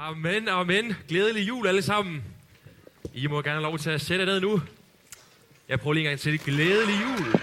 Amen, amen. Glædelig jul alle sammen. I må gerne have lov til at sætte jer ned nu. Jeg prøver lige en gang til. Glædelig jul.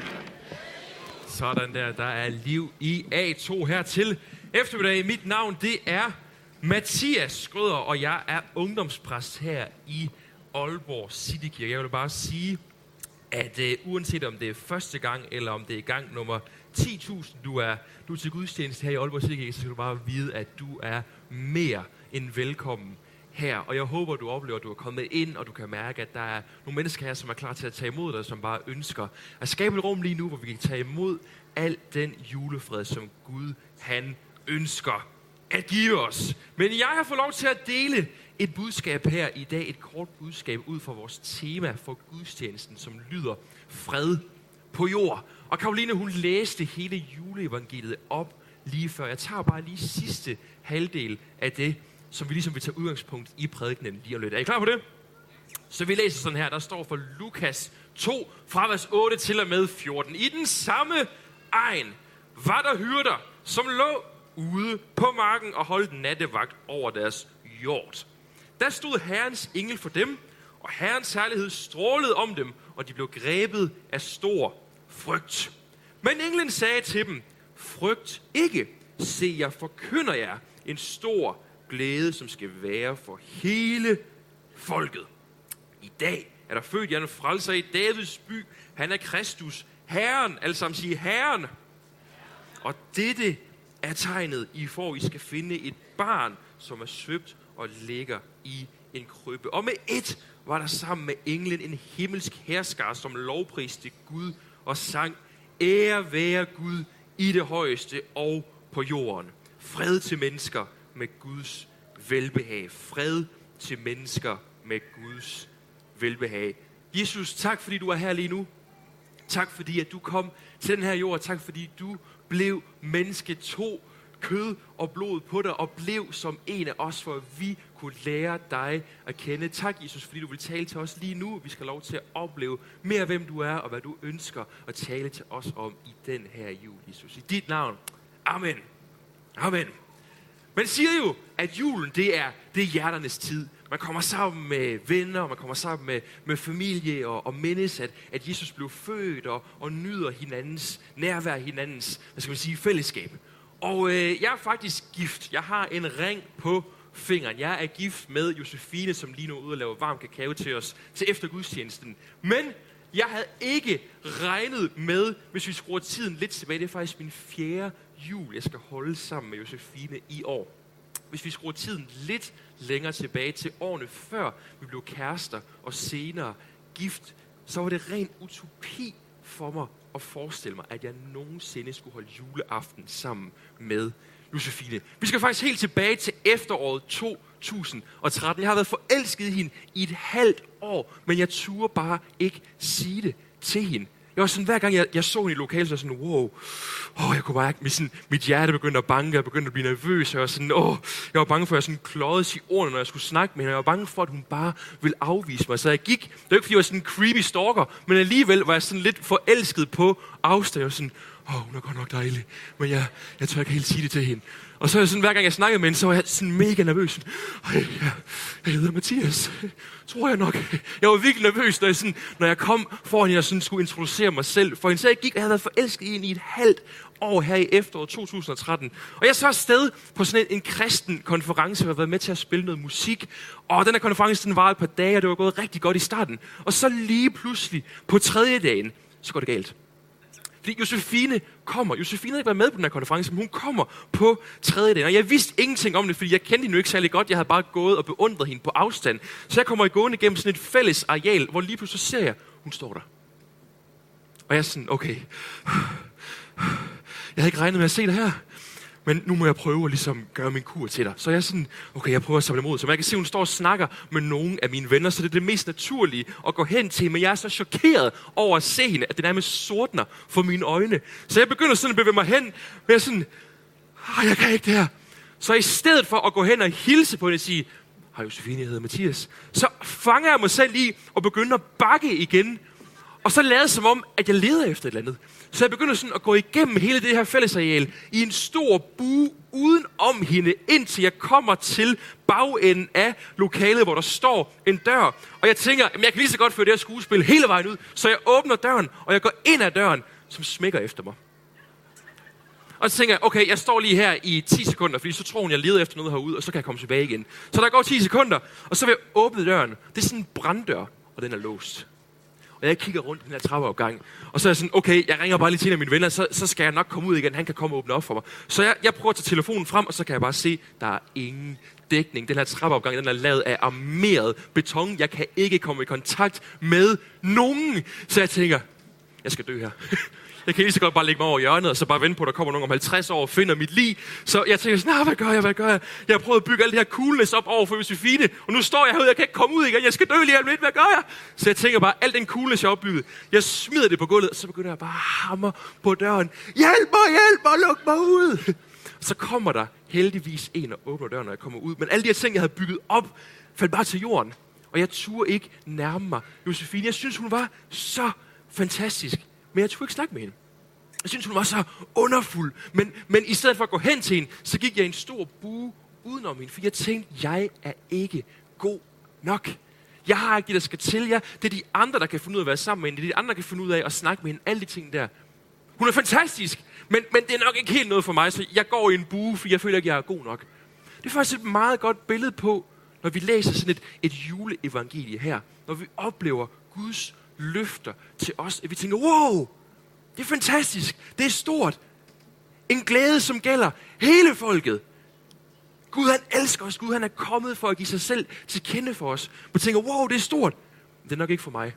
Sådan der. Der er liv i A2 her til eftermiddag. Mit navn, det er Mathias Skrøder, og jeg er ungdomspræst her i Aalborg Citykirke. Jeg vil bare sige, at uanset om det er første gang, eller om det er gang nummer 10.000, du er til gudstjeneste her i Aalborg Citykirke, så skal du bare vide, at du er mere end velkommen her. Og jeg håber, du oplever, at du er kommet ind, og du kan mærke, at der er nogle mennesker her, som er klar til at tage imod dig, som bare ønsker at skabe et rum lige nu, hvor vi kan tage imod al den julefred, som Gud, han ønsker at give os. Men jeg har fået lov til at dele et budskab her i dag, et kort budskab ud fra vores tema for gudstjenesten, som lyder fred på jord. Og Karoline, hun læste hele juleevangeliet op lige før. Jeg tager bare lige sidste halvdel af det, som vi ligesom vil tage udgangspunkt i prædikenen lige om lidt. Er I klar på det? Så vi læser sådan her, der står for Lukas 2, fra vers 8 til og med 14. I den samme egen var der hyrder, som lå ude på marken og holdt nattevagt over deres hjort. Der stod Herrens engel for dem, og Herrens herlighed strålede om dem, og de blev grebet af stor frygt. Men englen sagde til dem, frygt ikke, se jeg forkynder jer en stor glæde, som skal være for hele folket. I dag er der født jer en frelser i Davids by. Han er Kristus, Herren, alle sammen sige Herren. Og dette er tegnet, I får. I skal finde et barn, som er svøbt og ligger i en krybbe. Og med et var der sammen med englen en himmelsk herskar, som lovpriste Gud og sang, ære være Gud i det højeste og på jorden. Fred til mennesker med Guds velbehag. Fred til mennesker med Guds velbehag. Jesus, tak fordi du er her lige nu. Tak fordi at du kom til den her jord. Tak fordi du blev menneske, tog kød og blod på dig og blev som en af os, for at vi kunne lære dig at kende. Tak, Jesus, fordi du vil tale til os lige nu. Vi skal have lov til at opleve mere, hvem du er og hvad du ønsker at tale til os om i den her jul, Jesus. I dit navn. Amen. Amen. Man siger jo, at julen, det er hjerternes tid. Man kommer sammen med venner, man kommer sammen med familie og mindes, at Jesus blev født og nyder hinandens nærvær, hinandens, fællesskab. Og jeg er faktisk gift. Jeg har en ring på fingeren. Jeg er gift med Josefine, som lige nu er ude og laver varm kakao til os til efter gudstjenesten. Men jeg havde ikke regnet med, hvis vi skruer tiden lidt tilbage. Det er faktisk min 4. jul, jeg skal holde sammen med Josefine i år. Hvis vi skruer tiden lidt længere tilbage til årene før vi blev kærester og senere gift, så var det ren utopi for mig at forestille mig, at jeg nogensinde skulle holde juleaften sammen med Josefine. Vi skal faktisk helt tilbage til efteråret 2013. Jeg har været forelsket i hende i et halvt år, men jeg turde bare ikke sige det til hende. Jeg var sådan, hver gang jeg så hende i lokalet, så var sådan, wow, jeg kunne bare ikke, mit hjerte begyndte at banke, jeg begyndte at blive nervøs, jeg var sådan, jeg var bange for, at jeg sådan klodede sig ordene, når jeg skulle snakke med hende, jeg var bange for, at hun bare ville afvise mig, så jeg gik, det var ikke fordi jeg var sådan en creepy stalker, men alligevel var jeg sådan lidt forelsket på afstand, jeg var sådan, hun er godt nok dejlig, men jeg tør ikke helt sige det til hende. Og så sådan, hver gang jeg snakkede med hende, så var jeg sådan mega nervøs. Jeg hedder Mathias, tror jeg nok. Jeg var virkelig nervøs, når jeg kom foran hende og sådan skulle introducere mig selv for hende. Så jeg havde været forelsket i hende i et halvt år her i efteråret 2013. Og jeg så afsted på sådan en kristen konference, hvor jeg har været med til at spille noget musik. Og den her konference, den varede et par dage, og det var gået rigtig godt i starten. Og så lige pludselig på 3. dagen, så går det galt. Fordi Josefine kommer. Josefine havde ikke været med på den her konference, men hun kommer på 3. dagen. Og jeg vidste ingenting om det, fordi jeg kendte hende jo ikke særlig godt. Jeg havde bare gået og beundret hende på afstand. Så jeg kommer gående igennem sådan et fælles areal, hvor lige pludselig ser jeg, hun står der. Og jeg er sådan, okay. Jeg havde ikke regnet med at se det her. Men nu må jeg prøve at ligesom gøre min kur til dig. Så jeg er sådan, okay, jeg prøver at samle mod. Så man kan se, at hun står og snakker med nogle af mine venner, så det er det mest naturlige at gå hen til. Men jeg er så chokeret over at se hende, at det nærmest sortner for mine øjne. Så jeg begynder sådan at bevæge mig hen, men jeg er sådan, jeg kan ikke det her. Så i stedet for at gå hen og hilse på hende og sige, hej Josefine, jeg hedder Mathias, så fanger jeg mig selv i og begynder at bakke igen. Og så lavede som om, at jeg leder efter et eller andet. Så jeg begynder sådan at gå igennem hele det her fællesareal i en stor bue uden om hende, indtil jeg kommer til bagenden af lokalet, hvor der står en dør. Og jeg tænker, jeg kan lige så godt føre det her skuespil hele vejen ud. Så jeg åbner døren, og jeg går ind ad døren, som smækker efter mig. Og så tænker jeg, okay, jeg står lige her i 10 sekunder, fordi så tror hun, jeg leder efter noget herude, og så kan jeg komme tilbage igen. Så der går 10 sekunder, og så vil jeg åbne døren. Det er sådan en branddør, og den er låst. Og jeg kigger rundt i den her trappeopgang, og så er jeg sådan, okay, jeg ringer bare lige til en af mine venner, så skal jeg nok komme ud igen, han kan komme og åbne op for mig. Så jeg prøver at tage telefonen frem, og så kan jeg bare se, der er ingen dækning. Den her trappeopgang, den er lavet af armeret beton. Jeg kan ikke komme i kontakt med nogen. Så jeg tænker, jeg skal dø her. Jeg kan lige så godt bare lægge mig over hjørnet, og så bare vente på, at der kommer nogen om 50 år og finder mit lig. Så jeg tænker sådan, hvad gør jeg? Jeg har prøvet at bygge alt det her coolness op over for Josefine, og nu står jeg herude, jeg kan ikke komme ud igen, jeg skal dø lige om lidt, hvad gør jeg? Så jeg tænker bare, alt den coolness, jeg har opbygget, jeg smider det på gulvet, og så begynder jeg bare at hamre på døren. Hjælp mig, luk mig ud! Så kommer der heldigvis en og åbner døren, når jeg kommer ud. Men alle de her ting, jeg havde bygget op, faldt bare til jorden. Og jeg turde ikke nærme mig Josefine. Jeg synes, hun var så fantastisk. Men jeg turde ikke snakke med hende. Jeg synes, hun var så underfuld. Men i stedet for at gå hen til hende, så gik jeg i en stor bue udenom hende. For jeg tænkte, jeg er ikke god nok. Jeg har ikke det, der skal til jer. Det er de andre, der kan finde ud af at være sammen med hende. Det er de andre, der kan finde ud af at snakke med hende. Alle de ting der. Hun er fantastisk, men det er nok ikke helt noget for mig. Så jeg går i en bue, for jeg føler ikke, jeg er god nok. Det er faktisk et meget godt billede på, når vi læser sådan et juleevangelie her. Når vi oplever Guds løfter til os, at vi tænker, wow, det er fantastisk, det er stort. En glæde, som gælder hele folket. Gud, han elsker os. Gud, han er kommet for at give sig selv til kende for os. Man tænker, wow, det er stort. Men det er nok ikke for mig.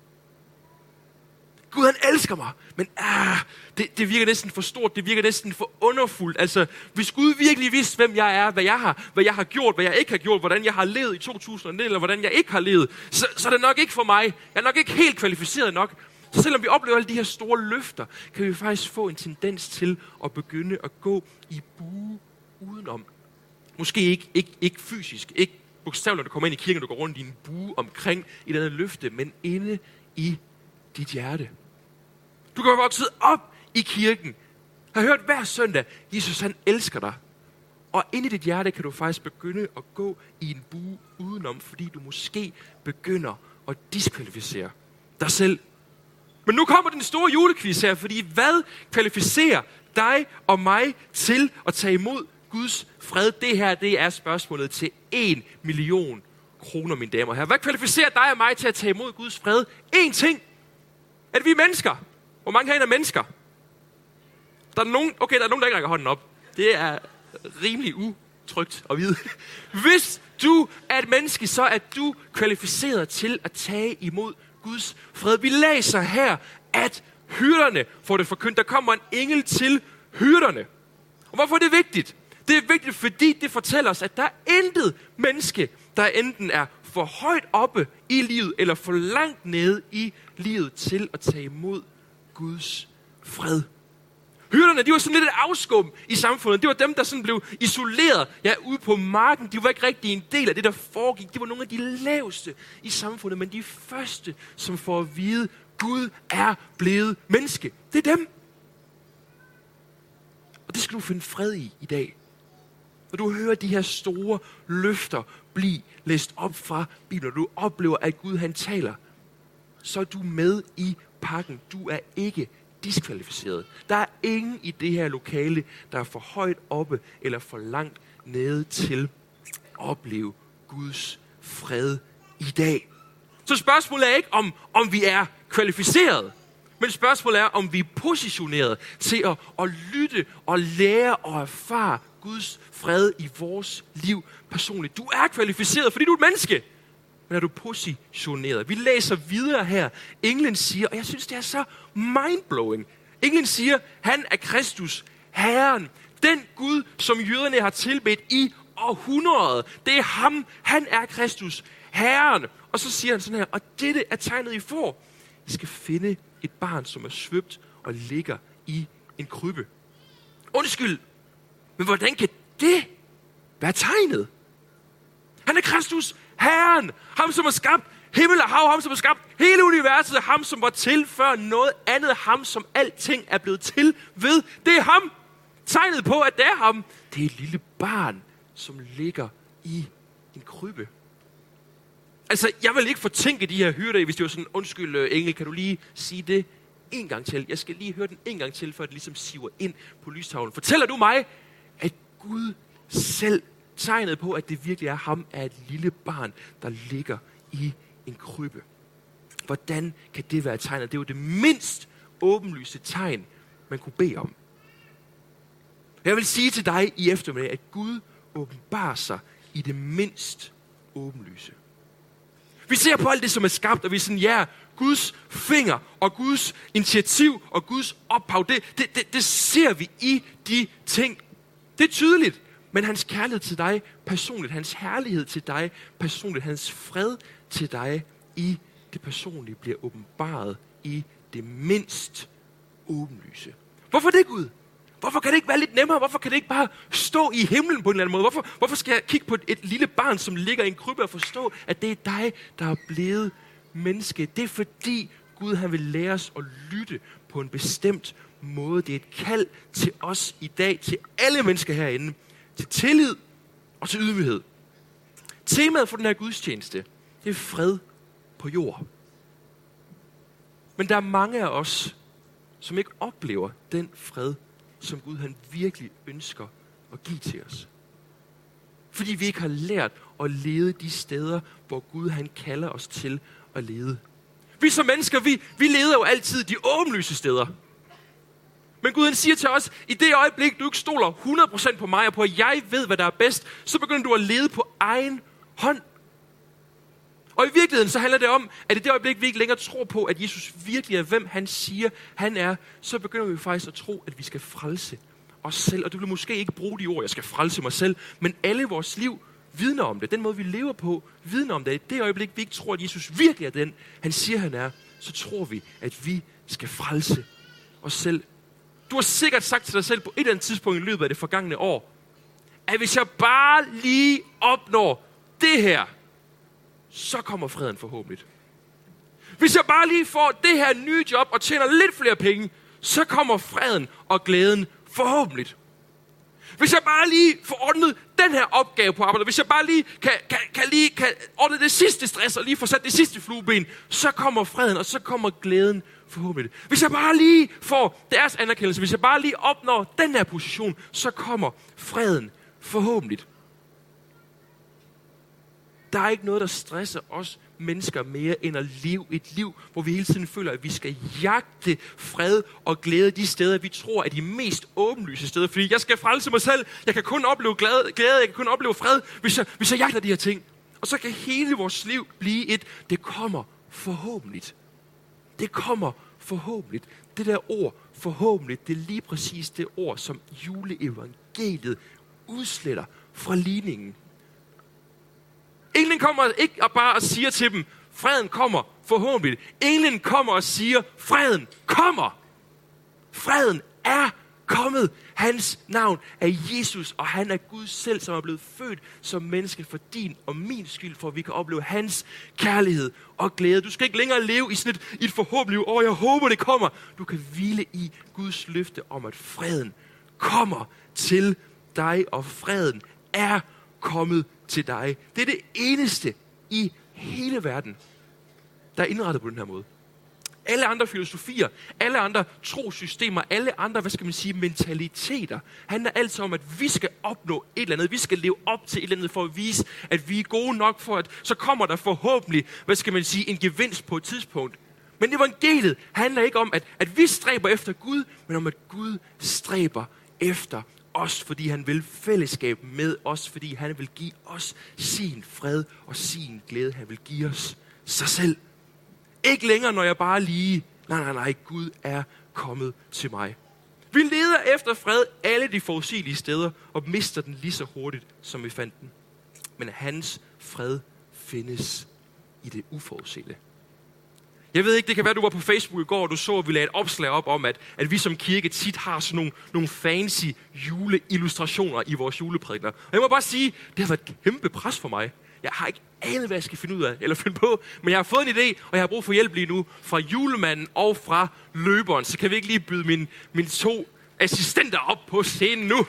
Gud, han elsker mig. Men det virker næsten for stort. Det virker næsten for underfuldt. Altså, hvis Gud virkelig vidste, hvem jeg er, hvad jeg har gjort, hvad jeg ikke har gjort, hvordan jeg har levet i 2019, eller hvordan jeg ikke har levet, så er det nok ikke for mig. Jeg er nok ikke helt kvalificeret nok. Så selvom vi oplever alle de her store løfter, kan vi faktisk få en tendens til at begynde at gå i bue udenom. Måske ikke fysisk, ikke bogstaveligt, når du kommer ind i kirken, du går rundt i en bue omkring i denne løfte, men inde i dit hjerte. Du kan være vokset op i kirken. Har hørt hver søndag, Jesus han elsker dig. Og inde i dit hjerte kan du faktisk begynde at gå i en bue udenom, fordi du måske begynder at diskvalificere dig selv. Men nu kommer den store julequiz her, fordi hvad kvalificerer dig og mig til at tage imod Guds fred? Det her, det er spørgsmålet til 1 million kroner, mine damer og herrer. Hvad kvalificerer dig og mig til at tage imod Guds fred? En ting. At vi er mennesker. Hvor mange herinde er mennesker? Der er nogen, der ikke rækker hånden op. Det er rimelig utrygt at vide. Hvis du er et menneske, så er du kvalificeret til at tage imod Guds fred. Vi læser her, at hyrderne får det forkyndt. Der kommer en engel til hyrderne. Og hvorfor er det vigtigt? Det er vigtigt, fordi det fortæller os, at der er intet menneske, der enten er for højt oppe i livet, eller for langt nede i livet til at tage imod Guds fred. Hyrderne, de var sådan lidt et afskum i samfundet. Det var dem, der sådan blev isoleret ude på marken. De var ikke rigtig en del af det, der foregik. De var nogle af de laveste i samfundet, men de første, som får at vide, Gud er blevet menneske. Det er dem. Og det skal du finde fred i dag. Når du hører de her store løfter blive læst op fra Bibelen, og du oplever, at Gud han taler, så er du med i pakken. Du er ikke diskvalificeret. Der er ingen i det her lokale, der er for højt oppe eller for langt nede til at opleve Guds fred i dag. Så spørgsmålet er ikke, om vi er kvalificeret, men spørgsmålet er, om vi er positioneret til at lytte og lære og erfare Guds fred i vores liv personligt. Du er kvalificeret, fordi du er et menneske. Men er du positioneret? Vi læser videre her. Englen siger, og jeg synes, det er så mindblowing. Englen siger, han er Kristus, Herren. Den Gud, som jøderne har tilbedt i århundreder. Det er ham. Han er Kristus, Herren. Og så siger han sådan her, og dette er tegnet, I får. I skal finde et barn, som er svøbt og ligger i en krybbe. Undskyld, men hvordan kan det være tegnet? Han er Kristus, Herren, ham som har skabt Himmel og hav, ham som har skabt hele universet, ham som var til før noget andet, ham som alting er blevet til ved. Det er ham. Tegnet på, at det er ham. Det er et lille barn, som ligger i en krybbe. Altså, jeg vil ikke fortænke de her hyrder, hvis det var sådan, undskyld engel, kan du lige sige det en gang til? Jeg skal lige høre den en gang til, før det ligesom siver ind på lystavlen. Fortæller du mig, at Gud selv tegnet på, at det virkelig er ham, er et lille barn, der ligger i en krybbe? Hvordan kan det være tegnet? Det er jo det mindst åbenlyse tegn, man kunne bede om. Jeg vil sige til dig i eftermiddag, at Gud åbenbarer sig i det mindst åbenlyse. Vi ser på alt det, som er skabt, og vi er sådan, ja, Guds finger og Guds initiativ og Guds ophav, det ser vi i de ting. Det er tydeligt, men hans kærlighed til dig personligt, hans herlighed til dig personligt, hans fred til dig i det personlige bliver åbenbaret i det mindst åbenlyse. Hvorfor det, Gud? Hvorfor kan det ikke være lidt nemmere? Hvorfor kan det ikke bare stå i himlen på en eller anden måde? Hvorfor skal jeg kigge på et lille barn, som ligger i en krybbe og forstå, at det er dig, der er blevet menneske? Det er fordi Gud han vil lære os at lytte på en bestemt måde. Det er et kald til os i dag, til alle mennesker herinde, til tillid og til ydmyghed. Temaet for den her gudstjeneste, det er fred på jord. Men der er mange af os, som ikke oplever den fred, som Gud han virkelig ønsker at give til os. Fordi vi ikke har lært at lede de steder, hvor Gud han kalder os til at lede. Vi som mennesker, vi leder jo altid de åbenlyse steder. Men Gud han siger til os, i det øjeblik, du ikke stoler 100% på mig, og på at jeg ved, hvad der er bedst, så begynder du at lede på egen hånd. Og i virkeligheden så handler det om, at i det øjeblik, vi ikke længere tror på, at Jesus virkelig er, hvem han siger, han er, så begynder vi faktisk at tro, at vi skal frelse os selv. Og du vil måske ikke bruge de ord, jeg skal frelse mig selv, men alle vores liv vidner om det. Den måde, vi lever på, vidner om det. I det øjeblik, vi ikke tror, at Jesus virkelig er den, han siger, han er, så tror vi, at vi skal frelse os selv. Du har sikkert sagt til dig selv på et eller andet tidspunkt i løbet af det forgangne år, at hvis jeg bare lige opnår det her, så kommer freden forhåbentlig. Hvis jeg bare lige får det her nye job og tjener lidt flere penge, så kommer freden og glæden forhåbentlig. Hvis jeg bare lige får ordnet den her opgave på arbejdet, hvis jeg bare lige kan ordne det sidste stress og lige få sat det sidste flueben, så kommer freden, og så kommer glæden forhåbentlig. Hvis jeg bare lige får deres anerkendelse, hvis jeg bare lige opnår den her position, så kommer freden forhåbentlig. Der er ikke noget, der stresser os mennesker mere, end at leve et liv, hvor vi hele tiden føler, at vi skal jagte fred og glæde de steder, vi tror er de mest åbenlyse steder. Fordi jeg skal frelse mig selv. Jeg kan kun opleve glæde. Jeg kan kun opleve fred, hvis jeg jagter de her ting. Og så kan hele vores liv blive det kommer forhåbentlig. Det kommer forhåbentlig. Det der ord, forhåbentlig, det er lige præcis det ord, som juleevangeliet udsletter fra ligningen. Englen kommer ikke bare og siger til dem, freden kommer forhåbentlig. Englen kommer og siger, freden kommer. Freden er kommet. Hans navn er Jesus, og han er Gud selv, som er blevet født som menneske for din og min skyld, for at vi kan opleve hans kærlighed og glæde. Du skal ikke længere leve i sådan et forhåbentlig år. Jeg håber, det kommer. Du kan hvile i Guds løfte om, at freden kommer til dig, og freden er kommet til dig. Det er det eneste i hele verden, der er indrettet på den her måde. Alle andre filosofier, alle andre trosystemer, alle andre, mentaliteter, handler altid om, at vi skal opnå et eller andet. Vi skal leve op til et eller andet for at vise, at vi er gode nok for, at så kommer der forhåbentlig, en gevinst på et tidspunkt. Men evangeliet handler ikke om, at vi stræber efter Gud, men om, at Gud stræber efter os, fordi han vil fællesskab med os, fordi han vil give os sin fred og sin glæde. Han vil give os sig selv. Ikke længere, når jeg bare lige, nej, Gud er kommet til mig. Vi leder efter fred alle de forudsigelige steder, og mister den lige så hurtigt, som vi fandt den. Men hans fred findes i det uforudsete. Jeg ved ikke, det kan være, du var på Facebook i går, og du så, at vi lagde et opslag op om, at vi som kirke tit har sådan nogle fancy juleillustrationer i vores juleprædikener. Og jeg må bare sige, det har været et kæmpe pres for mig. Jeg har ikke anet, hvad jeg skal finde ud af eller finde på, men jeg har fået en idé, og jeg har brug for hjælp lige nu fra julemanden og fra løberen. Så kan vi ikke lige byde mine 2 assistenter op på scenen nu?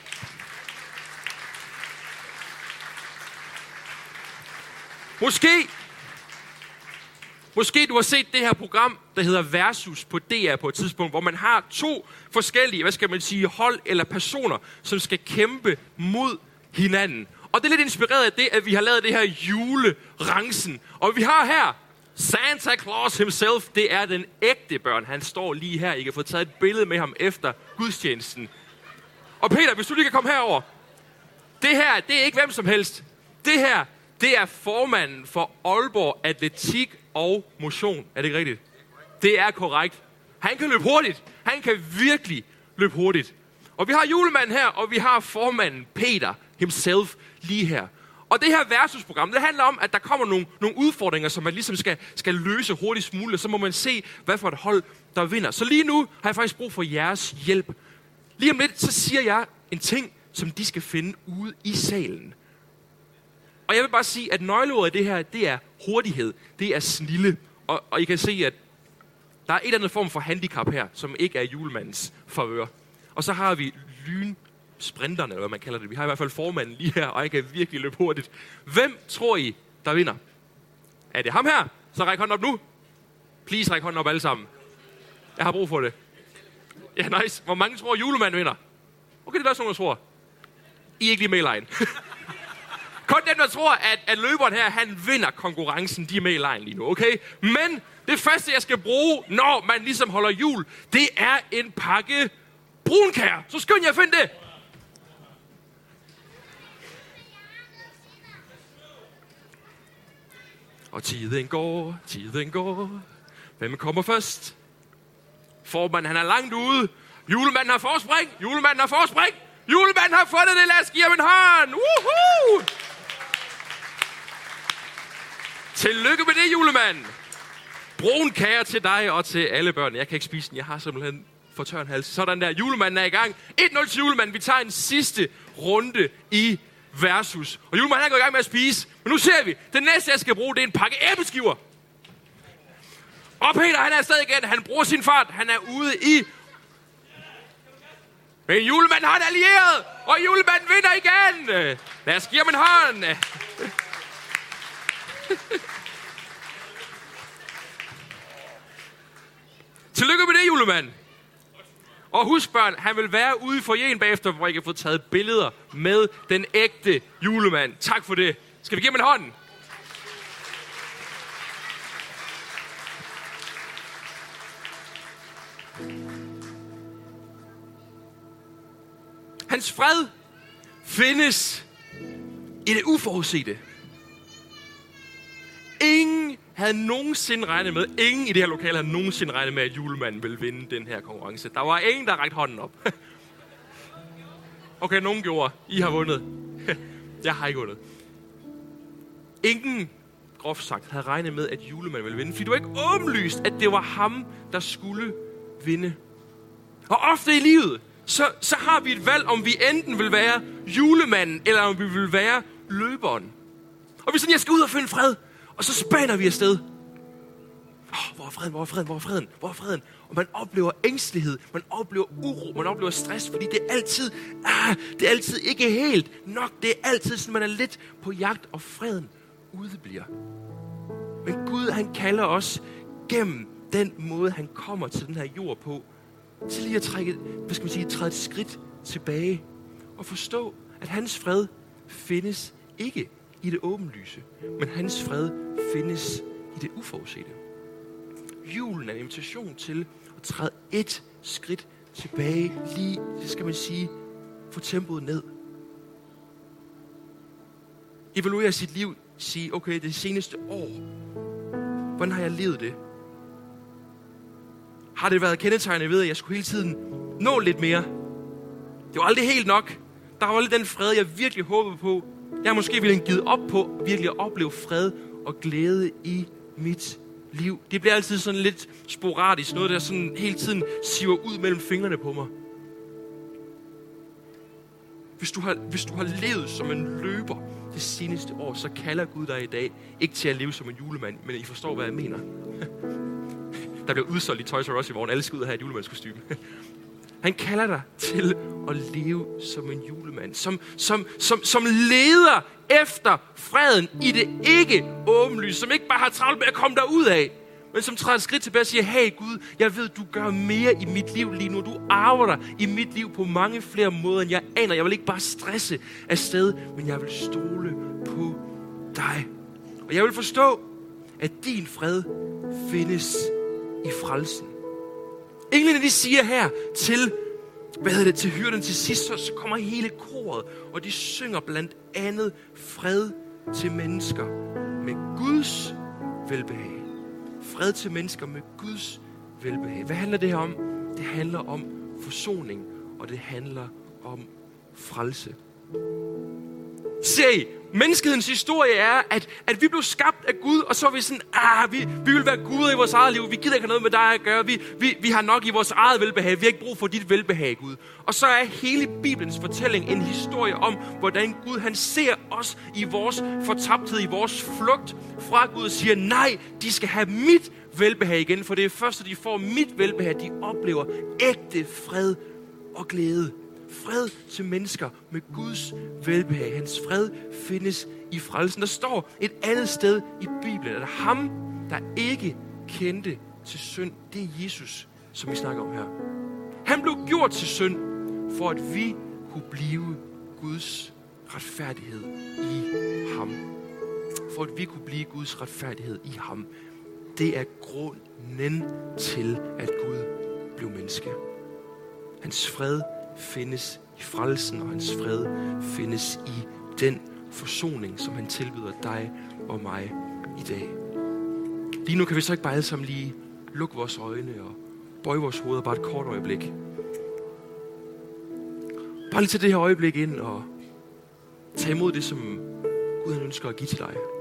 Måske du har set det her program, der hedder Versus på DR på et tidspunkt, hvor man har 2 forskellige, hold eller personer, som skal kæmpe mod hinanden. Og det er lidt inspireret af det, at vi har lavet det her julerancen. Og vi har her Santa Claus himself. Det er den ægte børn. Han står lige her. I kan få taget et billede med ham efter gudstjenesten. Og Peter, hvis du lige kan komme herover. Det her, det er ikke hvem som helst. Det her, det er formanden for Aalborg Atletik og Motion. Er det ikke rigtigt? Det er korrekt. Han kan løbe hurtigt. Han kan virkelig løbe hurtigt. Og vi har julemanden her, og vi har formanden Peter himself lige her. Og det her versusprogram, det handler om, at der kommer nogle udfordringer, som man ligesom skal løse hurtigst muligt, og så må man se, hvad for et hold, der vinder. Så lige nu har jeg faktisk brug for jeres hjælp. Lige om lidt, så siger jeg en ting, som de skal finde ude i salen. Og jeg vil bare sige, at nøgleordet i det her, det er hurtighed. Det er snilde. Og I kan se, at der er et eller andet form for handicap her, som ikke er julemandens favør. Og så har vi sprinterne, eller hvad man kalder det. Vi har i hvert fald formanden lige her, og jeg kan virkelig løbe hurtigt. Hvem tror I, der vinder? Er det ham her? Så ræk hånden op nu. Please, ræk hånden op alle sammen. Jeg har brug for det. Ja, nice. Hvor mange tror julemanden vinder? Okay, det er der også nogen, der tror. I er ikke lige med i lejen. Kun dem, der tror, at løberen her, han vinder konkurrencen, de er med i lejen lige nu, okay? Men det første, jeg skal bruge, når man ligesom holder jul, det er en pakke brunkær. Så skynd jer at finde det. Og tiden går. Hvem kommer først? Formanden, han er langt ude. Julemanden har forspring. Julemanden har fundet det. Lad os give ham en hånd. Woohoo! Tillykke med det, julemand. Brunkager til dig og til alle børn. Jeg kan ikke spise den. Jeg har simpelthen for tør en hals. Sådan der. Julemanden er i gang. 1-0 til julemanden. Vi tager en sidste runde i versus. Og julemanden er gået i gang med at spise. Men nu ser vi. Det næste, jeg skal bruge, det er en pakke æbleskiver. Og Peter, han er afsted igen. Han bruger sin fart. Han er ude i... Men julemanden har en allieret. Og julemanden vinder igen. Lad os give ham en hånd. Tillykke med det, julemand. Og husk, børn, han vil være ude i foyeren bagefter, hvor I kan få taget billeder med den ægte julemand. Tak for det. Skal vi give ham en hånd? Hans fred findes i det uforudsete. Ingen havde nogensinde regnet med, ingen i det her lokale havde nogensinde regnet med, at julemanden ville vinde den her konkurrence. Der var ingen, der rakte hånden op. Okay, nogen gjorde. I har vundet. Jeg har ikke vundet. Ingen, groft sagt, havde regnet med, at julemanden ville vinde. Fordi det var ikke åbenlyst, at det var ham, der skulle vinde. Og ofte i livet, så har vi et valg, om vi enten vil være julemanden, eller om vi vil være løberen. Og hvis sådan, jeg skal ud og finde fred, og så spænder vi afsted. Hvor er freden? Og man oplever ængstelighed, man oplever uro, man oplever stress, fordi det er altid ikke helt nok. Det er altid sådan, man er lidt på jagt, og freden udebliver. Men Gud, han kalder os gennem den måde, han kommer til den her jord på, til lige at træde et skridt tilbage og forstå, at hans fred findes ikke i det åbenlyse, men hans fred findes i det uforudsete. Julen er en invitation til at træde et skridt tilbage, lige, få tempoet ned. Evaluere sit liv, sige, okay, det seneste år, hvordan har jeg levet det? Har det været kendetegnet ved, at jeg skulle hele tiden nå lidt mere? Det var aldrig helt nok. Der var aldrig den fred, jeg virkelig håbede på. Jeg måske ville have givet op på virkelig at opleve fred og glæde i mit liv. Det bliver altid sådan lidt sporadisk. Noget, der sådan hele tiden siver ud mellem fingrene på mig. Hvis du har levet som en løber det seneste år, så kalder Gud dig i dag ikke til at leve som en julemand, men I forstår, hvad jeg mener. Der bliver udsolgt i Toys R Us i morgen. Alle skal ud og have et julemandskostyme. Han kalder dig til at leve som en julemand. Som leder efter freden i det ikke åbenlyse. Som ikke bare har travlt med at komme derud af. Men som træder et skridt tilbage og siger, hey Gud, jeg ved, du gør mere i mit liv lige nu. Du arver dig i mit liv på mange flere måder, end jeg aner. Jeg vil ikke bare stresse afsted, men jeg vil stole på dig. Og jeg vil forstå, at din fred findes i frelsen. Englene, de siger her til hyrden til sidst, så kommer hele koret, og de synger blandt andet fred til mennesker med Guds velbehag. Fred til mennesker med Guds velbehag. Hvad handler det her om? Det handler om forsoning, og det handler om frelse. Se, menneskehedens historie er, at vi blev skabt af Gud, og så er vi sådan, vi vil være guder i vores eget liv, vi gider ikke have noget med dig at gøre, vi har nok i vores eget velbehag, vi har ikke brug for dit velbehag, Gud. Og så er hele Bibelens fortælling en historie om, hvordan Gud han ser os i vores fortabthed, i vores flugt fra Gud, og siger, nej, de skal have mit velbehag igen, for det er først, at de får mit velbehag, de oplever ægte fred og glæde. Fred til mennesker med Guds velbehag. Hans fred findes i frelsen. Der står et andet sted i Bibelen, at ham, der ikke kendte til synd, det er Jesus, som vi snakker om her. Han blev gjort til synd, for at vi kunne blive Guds retfærdighed i ham. For at vi kunne blive Guds retfærdighed i ham. Det er grunden til, at Gud blev menneske. Hans fred findes i frelsen, og hans fred findes i den forsoning, som han tilbyder dig og mig i dag. Lige nu kan vi så ikke bare alle sammen lige lukke vores øjne og bøje vores hoveder bare et kort øjeblik. Bare lige tage det her øjeblik ind og tage imod det, som Gud ønsker at give til dig.